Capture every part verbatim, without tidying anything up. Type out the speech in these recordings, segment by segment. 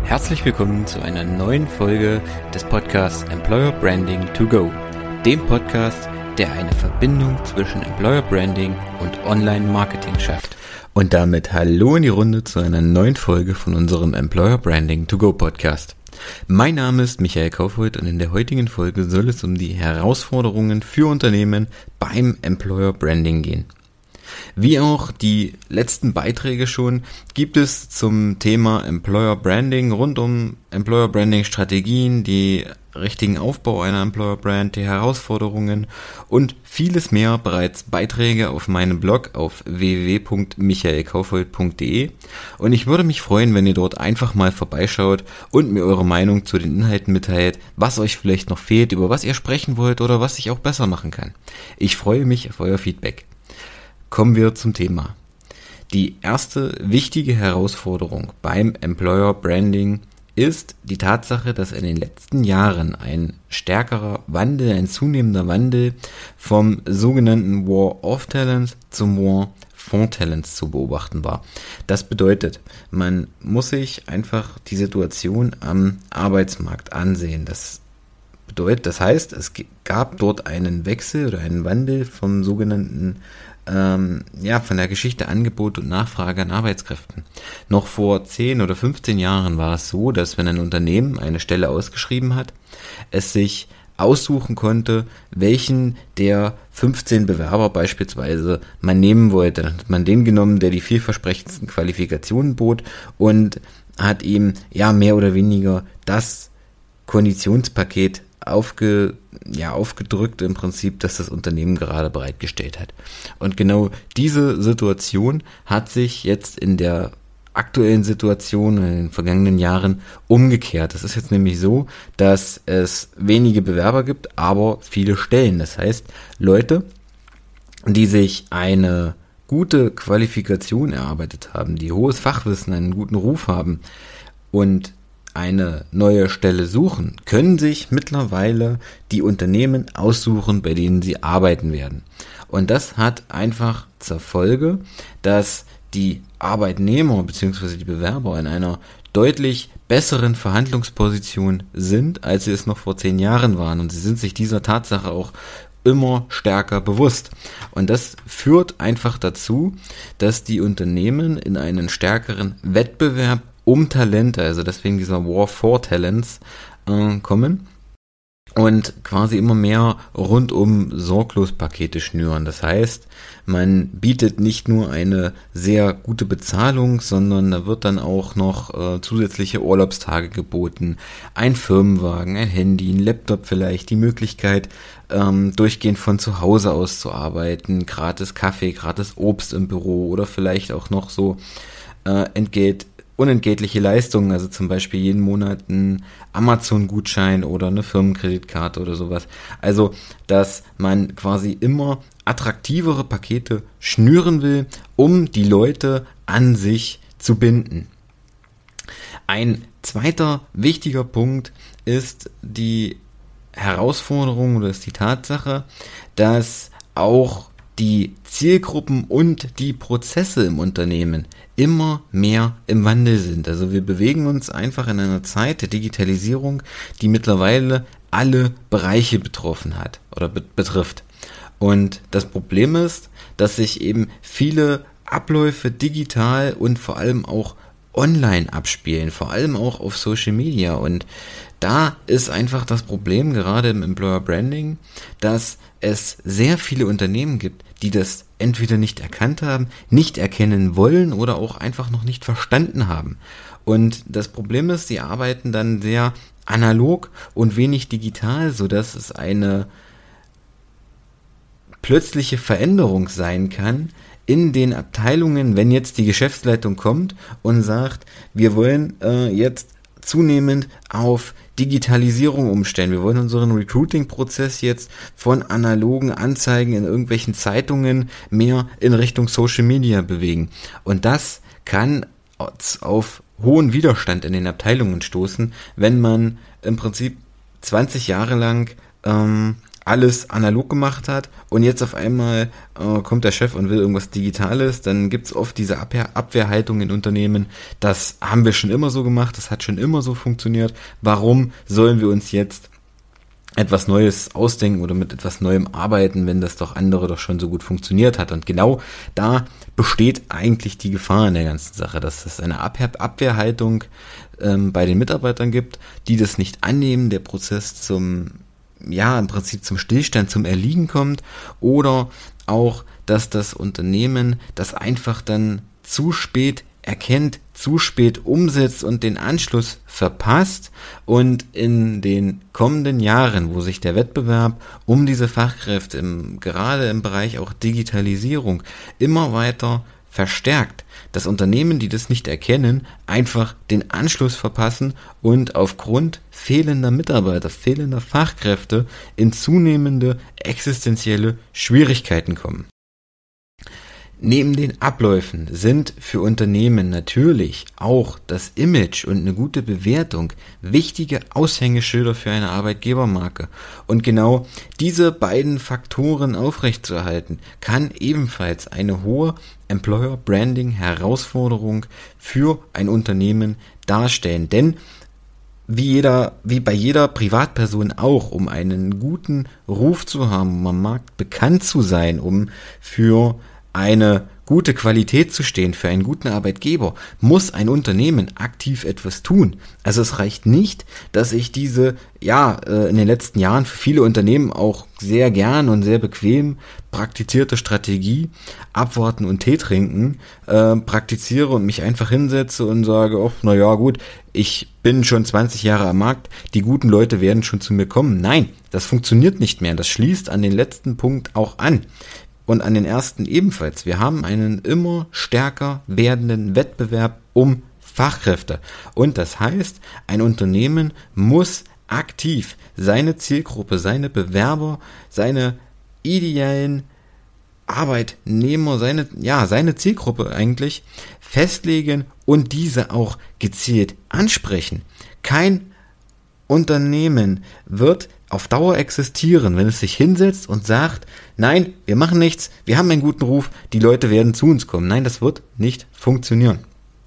Herzlich willkommen zu einer neuen Folge des Podcasts Employer Branding to Go, dem Podcast, der eine Verbindung zwischen Employer Branding und Online-Marketing schafft. Und damit hallo in die Runde zu einer neuen Folge von unserem Employer Branding to Go Podcast. Mein Name ist Michael Kaufhold und in der heutigen Folge soll es um die Herausforderungen für Unternehmen beim Employer Branding gehen. Wie auch die letzten Beiträge schon, gibt es zum Thema Employer Branding rund um Employer Branding Strategien, die richtigen Aufbau einer Employer Brand, die Herausforderungen und vieles mehr bereits Beiträge auf meinem Blog auf w w w punkt michael kaufhold punkt d e und ich würde mich freuen, wenn ihr dort einfach mal vorbeischaut und mir eure Meinung zu den Inhalten mitteilt, was euch vielleicht noch fehlt, über was ihr sprechen wollt oder was ich auch besser machen kann. Ich freue mich auf euer Feedback. Kommen wir zum Thema. Die erste wichtige Herausforderung beim Employer Branding ist die Tatsache, dass in den letzten Jahren ein stärkerer Wandel, ein zunehmender Wandel vom sogenannten War of Talents zum War for Talents zu beobachten war. Das bedeutet, man muss sich einfach die Situation am Arbeitsmarkt ansehen. Das bedeutet, das heißt, es gab dort einen Wechsel oder einen Wandel vom sogenannten Ähm, ja, von der Geschichte Angebot und Nachfrage an Arbeitskräften. Noch vor zehn oder fünfzehn Jahren war es so, dass wenn ein Unternehmen eine Stelle ausgeschrieben hat, es sich aussuchen konnte, welchen der fünfzehn Bewerber beispielsweise man nehmen wollte. Dann hat man den genommen, der die vielversprechendsten Qualifikationen bot und hat ihm ja mehr oder weniger das Konditionspaket aufge, ja, aufgedrückt im Prinzip, dass das Unternehmen gerade bereitgestellt hat. Und genau diese Situation hat sich jetzt in der aktuellen Situation in den vergangenen Jahren umgekehrt. Es ist jetzt nämlich so, dass es wenige Bewerber gibt, aber viele Stellen. Das heißt, Leute, die sich eine gute Qualifikation erarbeitet haben, die hohes Fachwissen, einen guten Ruf haben und eine neue Stelle suchen, können sich mittlerweile die Unternehmen aussuchen, bei denen sie arbeiten werden. Und das hat einfach zur Folge, dass die Arbeitnehmer bzw. die Bewerber in einer deutlich besseren Verhandlungsposition sind, als sie es noch vor zehn Jahren waren. Und sie sind sich dieser Tatsache auch immer stärker bewusst. Und das führt einfach dazu, dass die Unternehmen in einen stärkeren Wettbewerb um Talente, also deswegen dieser War for Talents, äh, kommen und quasi immer mehr rundum sorglos Pakete schnüren. Das heißt, man bietet nicht nur eine sehr gute Bezahlung, sondern da wird dann auch noch äh, zusätzliche Urlaubstage geboten, ein Firmenwagen, ein Handy, ein Laptop vielleicht, die Möglichkeit, ähm, durchgehend von zu Hause aus zu arbeiten, gratis Kaffee, gratis Obst im Büro oder vielleicht auch noch so äh, Entgelt unentgeltliche Leistungen, also zum Beispiel jeden Monat ein Amazon-Gutschein oder eine Firmenkreditkarte oder sowas. Also, dass man quasi immer attraktivere Pakete schnüren will, um die Leute an sich zu binden. Ein zweiter wichtiger Punkt ist die Herausforderung oder ist die Tatsache, dass auch die Zielgruppen und die Prozesse im Unternehmen immer mehr im Wandel sind. Also wir bewegen uns einfach in einer Zeit der Digitalisierung, die mittlerweile alle Bereiche betroffen hat oder be- betrifft. Und das Problem ist, dass sich eben viele Abläufe digital und vor allem auch online abspielen, vor allem auch auf Social Media. Und da ist einfach das Problem, gerade im Employer Branding, dass es sehr viele Unternehmen gibt, die das entweder nicht erkannt haben, nicht erkennen wollen oder auch einfach noch nicht verstanden haben. Und das Problem ist, sie arbeiten dann sehr analog und wenig digital, sodass es eine plötzliche Veränderung sein kann in den Abteilungen, wenn jetzt die Geschäftsleitung kommt und sagt, wir wollen äh, jetzt zunehmend auf Digitalisierung umstellen. Wir wollen unseren Recruiting-Prozess jetzt von analogen Anzeigen in irgendwelchen Zeitungen mehr in Richtung Social Media bewegen. Und das kann auf hohen Widerstand in den Abteilungen stoßen, wenn man im Prinzip zwanzig Jahre lang ähm, alles analog gemacht hat und jetzt auf einmal äh, kommt der Chef und will irgendwas Digitales, dann gibt's oft diese Abwehr, Abwehrhaltung in Unternehmen, das haben wir schon immer so gemacht, das hat schon immer so funktioniert, warum sollen wir uns jetzt etwas Neues ausdenken oder mit etwas Neuem arbeiten, wenn das doch andere doch schon so gut funktioniert hat. Und genau da besteht eigentlich die Gefahr in der ganzen Sache, dass es eine Abwehr, Abwehrhaltung ähm, bei den Mitarbeitern gibt, die das nicht annehmen, der Prozess zum, ja, im Prinzip zum Stillstand, zum Erliegen kommt, oder auch, dass das Unternehmen das einfach dann zu spät erkennt, zu spät umsetzt und den Anschluss verpasst und in den kommenden Jahren, wo sich der Wettbewerb um diese Fachkräfte im, gerade im Bereich auch Digitalisierung immer weiter verstärkt, dass Unternehmen, die das nicht erkennen, einfach den Anschluss verpassen und aufgrund fehlender Mitarbeiter, fehlender Fachkräfte in zunehmende existenzielle Schwierigkeiten kommen. Neben den Abläufen sind für Unternehmen natürlich auch das Image und eine gute Bewertung wichtige Aushängeschilder für eine Arbeitgebermarke. Und genau diese beiden Faktoren aufrechtzuerhalten, kann ebenfalls eine hohe Employer Branding Herausforderung für ein Unternehmen darstellen. Denn wie jeder, wie bei jeder Privatperson auch, um einen guten Ruf zu haben, um am Markt bekannt zu sein, um für eine gute Qualität zu stehen, für einen guten Arbeitgeber, muss ein Unternehmen aktiv etwas tun. Also es reicht nicht, dass ich diese, ja, in den letzten Jahren für viele Unternehmen auch sehr gern und sehr bequem praktizierte Strategie, abwarten und Tee trinken, äh, praktiziere und mich einfach hinsetze und sage, oh, na ja, gut, ich bin schon zwanzig Jahre am Markt, die guten Leute werden schon zu mir kommen. Nein, das funktioniert nicht mehr. Das schließt an den letzten Punkt auch an. Und an den ersten ebenfalls. Wir haben einen immer stärker werdenden Wettbewerb um Fachkräfte. Und das heißt, ein Unternehmen muss aktiv seine Zielgruppe, seine Bewerber, seine ideellen Arbeitnehmer, seine, ja, seine Zielgruppe eigentlich festlegen und diese auch gezielt ansprechen. Kein Unternehmen wird auf Dauer existieren, wenn es sich hinsetzt und sagt, nein, wir machen nichts, wir haben einen guten Ruf, die Leute werden zu uns kommen. Nein, das wird nicht funktionieren.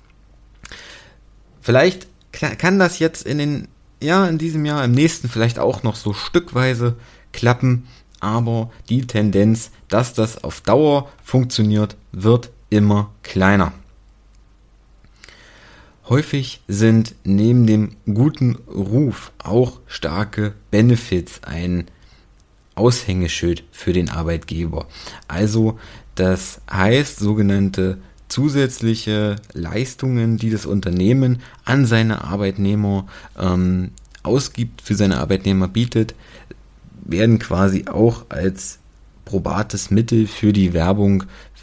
Vielleicht kann das jetzt in den, ja, in diesem Jahr, im nächsten vielleicht auch noch so stückweise klappen, aber die Tendenz, dass das auf Dauer funktioniert, wird immer kleiner. Häufig sind neben dem guten Ruf auch starke Benefits ein Aushängeschild für den Arbeitgeber. Also das heißt sogenannte zusätzliche Leistungen, die das Unternehmen an seine Arbeitnehmer ähm, ausgibt, für seine Arbeitnehmer bietet, werden quasi auch als probates Mittel für die Werbung,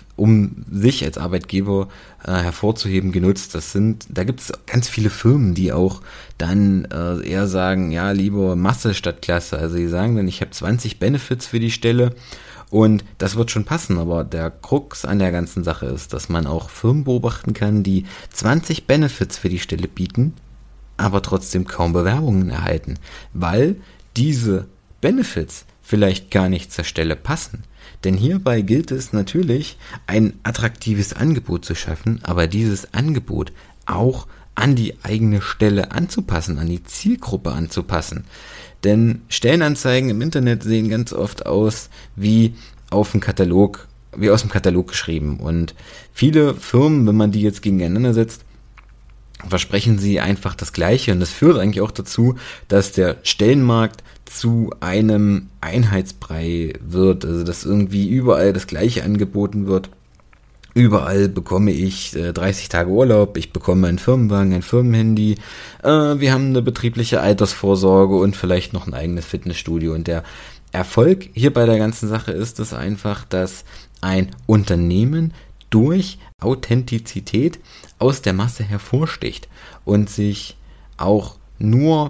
um sich als Arbeitgeber äh, hervorzuheben, genutzt. Das sind, da gibt es ganz viele Firmen, die auch dann äh, eher sagen, ja, lieber Masse statt Klasse. Also die sagen dann, ich habe zwanzig Benefits für die Stelle und das wird schon passen. Aber der Krux an der ganzen Sache ist, dass man auch Firmen beobachten kann, die zwanzig Benefits für die Stelle bieten, aber trotzdem kaum Bewerbungen erhalten, weil diese Benefits vielleicht gar nicht zur Stelle passen. Denn hierbei gilt es natürlich, ein attraktives Angebot zu schaffen, aber dieses Angebot auch an die eigene Stelle anzupassen, an die Zielgruppe anzupassen. Denn Stellenanzeigen im Internet sehen ganz oft aus wie auf dem Katalog, wie aus dem Katalog geschrieben. Und viele Firmen, wenn man die jetzt gegeneinander setzt, versprechen sie einfach das Gleiche. Und das führt eigentlich auch dazu, dass der Stellenmarkt zu einem Einheitsbrei wird, also dass irgendwie überall das Gleiche angeboten wird. Überall bekomme ich äh, dreißig Tage Urlaub, ich bekomme einen Firmenwagen, ein Firmenhandy, äh, wir haben eine betriebliche Altersvorsorge und vielleicht noch ein eigenes Fitnessstudio. Und der Erfolg hier bei der ganzen Sache ist es einfach, dass ein Unternehmen durch Authentizität aus der Masse hervorsticht und sich auch nur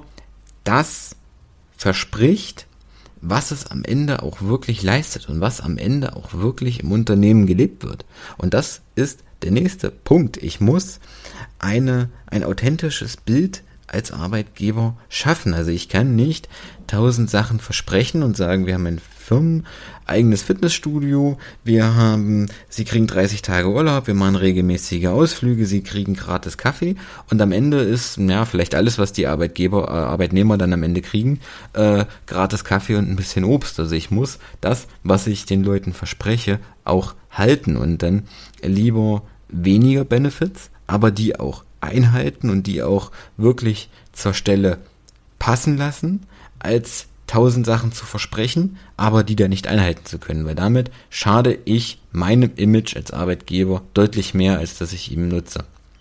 das verspricht, was es am Ende auch wirklich leistet und was am Ende auch wirklich im Unternehmen gelebt wird. Und das ist der nächste Punkt. Ich muss eine, ein authentisches Bild als Arbeitgeber schaffen. Also ich kann nicht tausend Sachen versprechen und sagen, wir haben ein firmeneigenes Fitnessstudio, wir haben, Sie kriegen dreißig Tage Urlaub, wir machen regelmäßige Ausflüge, Sie kriegen gratis Kaffee und am Ende ist, ja, vielleicht alles, was die Arbeitgeber, äh, Arbeitnehmer dann am Ende kriegen, äh, gratis Kaffee und ein bisschen Obst. Also ich muss das, was ich den Leuten verspreche, auch halten und dann lieber weniger Benefits, aber die auch einhalten und die auch wirklich zur Stelle passen lassen, als tausend Sachen zu versprechen, aber die da nicht einhalten zu können, weil damit schade ich meinem Image als Arbeitgeber deutlich mehr, als dass ich ihm nutze.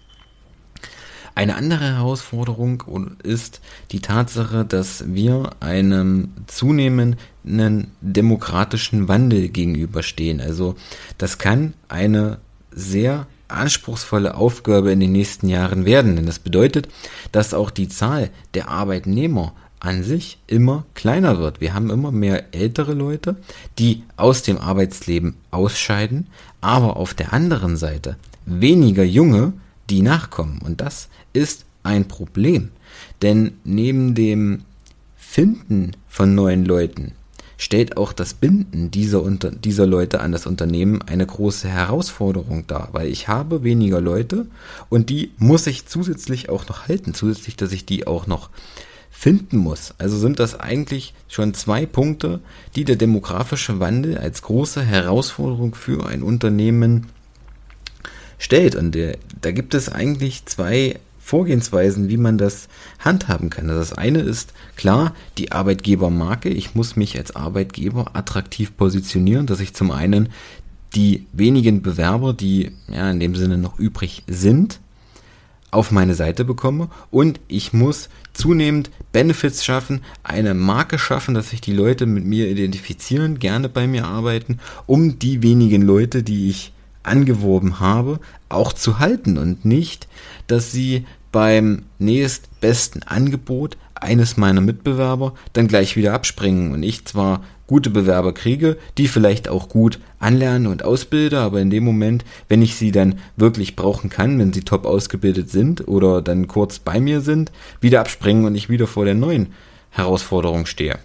Eine andere Herausforderung ist die Tatsache, dass wir einem zunehmenden demokratischen Wandel gegenüberstehen. Also das kann eine sehr anspruchsvolle Aufgabe in den nächsten Jahren werden, denn das bedeutet, dass auch die Zahl der Arbeitnehmer an sich immer kleiner wird. Wir haben immer mehr ältere Leute, die aus dem Arbeitsleben ausscheiden, aber auf der anderen Seite weniger Junge, die nachkommen. Und das ist ein Problem, denn neben dem Finden von neuen Leuten stellt auch das Binden dieser, unter, dieser Leute an das Unternehmen eine große Herausforderung dar, weil ich habe weniger Leute und die muss ich zusätzlich auch noch halten, zusätzlich, dass ich die auch noch finden muss. Also sind das eigentlich schon zwei Punkte, die der demografische Wandel als große Herausforderung für ein Unternehmen stellt. Und der, da gibt es eigentlich zwei Vorgehensweisen, wie man das handhaben kann. Also das eine ist klar die Arbeitgebermarke. Ich muss mich als Arbeitgeber attraktiv positionieren, dass ich zum einen die wenigen Bewerber, die ja in dem Sinne noch übrig sind, auf meine Seite bekomme und ich muss zunehmend Benefits schaffen, eine Marke schaffen, dass sich die Leute mit mir identifizieren, gerne bei mir arbeiten, um die wenigen Leute, die ich angeworben habe, auch zu halten und nicht, dass sie beim nächstbesten Angebot eines meiner Mitbewerber dann gleich wieder abspringen und ich zwar gute Bewerber kriege, die vielleicht auch gut anlernen und ausbilde, aber in dem Moment, wenn ich sie dann wirklich brauchen kann, wenn sie top ausgebildet sind oder dann kurz bei mir sind, wieder abspringen und ich wieder vor der neuen Herausforderung stehe.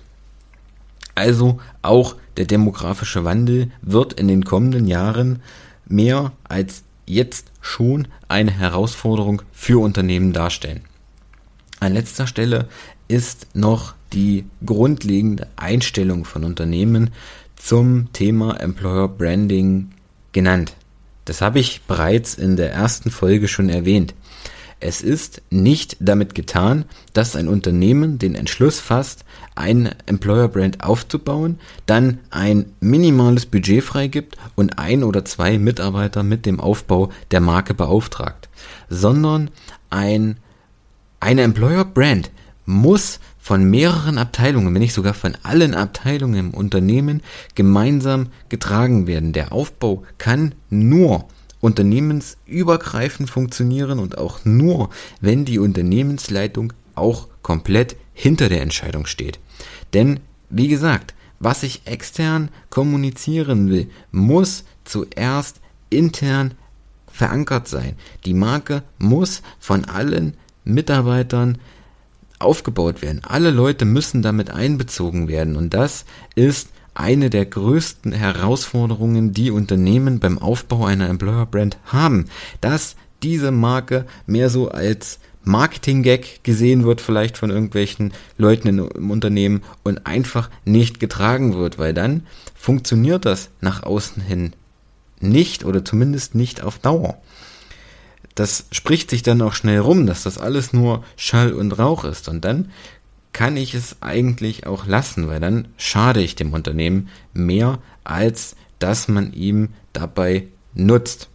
Also auch der demografische Wandel wird in den kommenden Jahren mehr als jetzt schon eine Herausforderung für Unternehmen darstellen. An letzter Stelle ist noch die grundlegende Einstellung von Unternehmen zum Thema Employer Branding genannt. Das habe ich bereits in der ersten Folge schon erwähnt. Es ist nicht damit getan, dass ein Unternehmen den Entschluss fasst, ein Employer Brand aufzubauen, dann ein minimales Budget freigibt und ein oder zwei Mitarbeiter mit dem Aufbau der Marke beauftragt, sondern ein, eine Employer Brand muss von mehreren Abteilungen, wenn nicht sogar von allen Abteilungen im Unternehmen gemeinsam getragen werden. Der Aufbau kann nur unternehmensübergreifend funktionieren und auch nur, wenn die Unternehmensleitung auch komplett hinter der Entscheidung steht. Denn, wie gesagt, was ich extern kommunizieren will, muss zuerst intern verankert sein. Die Marke muss von allen Mitarbeitern aufgebaut werden. Alle Leute müssen damit einbezogen werden und das ist eine der größten Herausforderungen, die Unternehmen beim Aufbau einer Employer Brand haben, dass diese Marke mehr so als Marketing-Gag gesehen wird, vielleicht von irgendwelchen Leuten im Unternehmen und einfach nicht getragen wird, weil dann funktioniert das nach außen hin nicht oder zumindest nicht auf Dauer. Das spricht sich dann auch schnell rum, dass das alles nur Schall und Rauch ist und dann kann ich es eigentlich auch lassen, weil dann schade ich dem Unternehmen mehr, als dass man ihm dabei nutzt.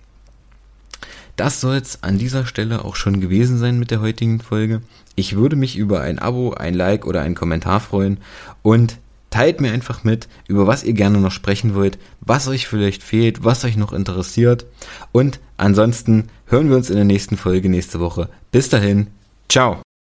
Das soll es an dieser Stelle auch schon gewesen sein mit der heutigen Folge. Ich würde mich über ein Abo, ein Like oder einen Kommentar freuen und teilt mir einfach mit, über was ihr gerne noch sprechen wollt, was euch vielleicht fehlt, was euch noch interessiert und ansonsten hören wir uns in der nächsten Folge nächste Woche. Bis dahin, ciao!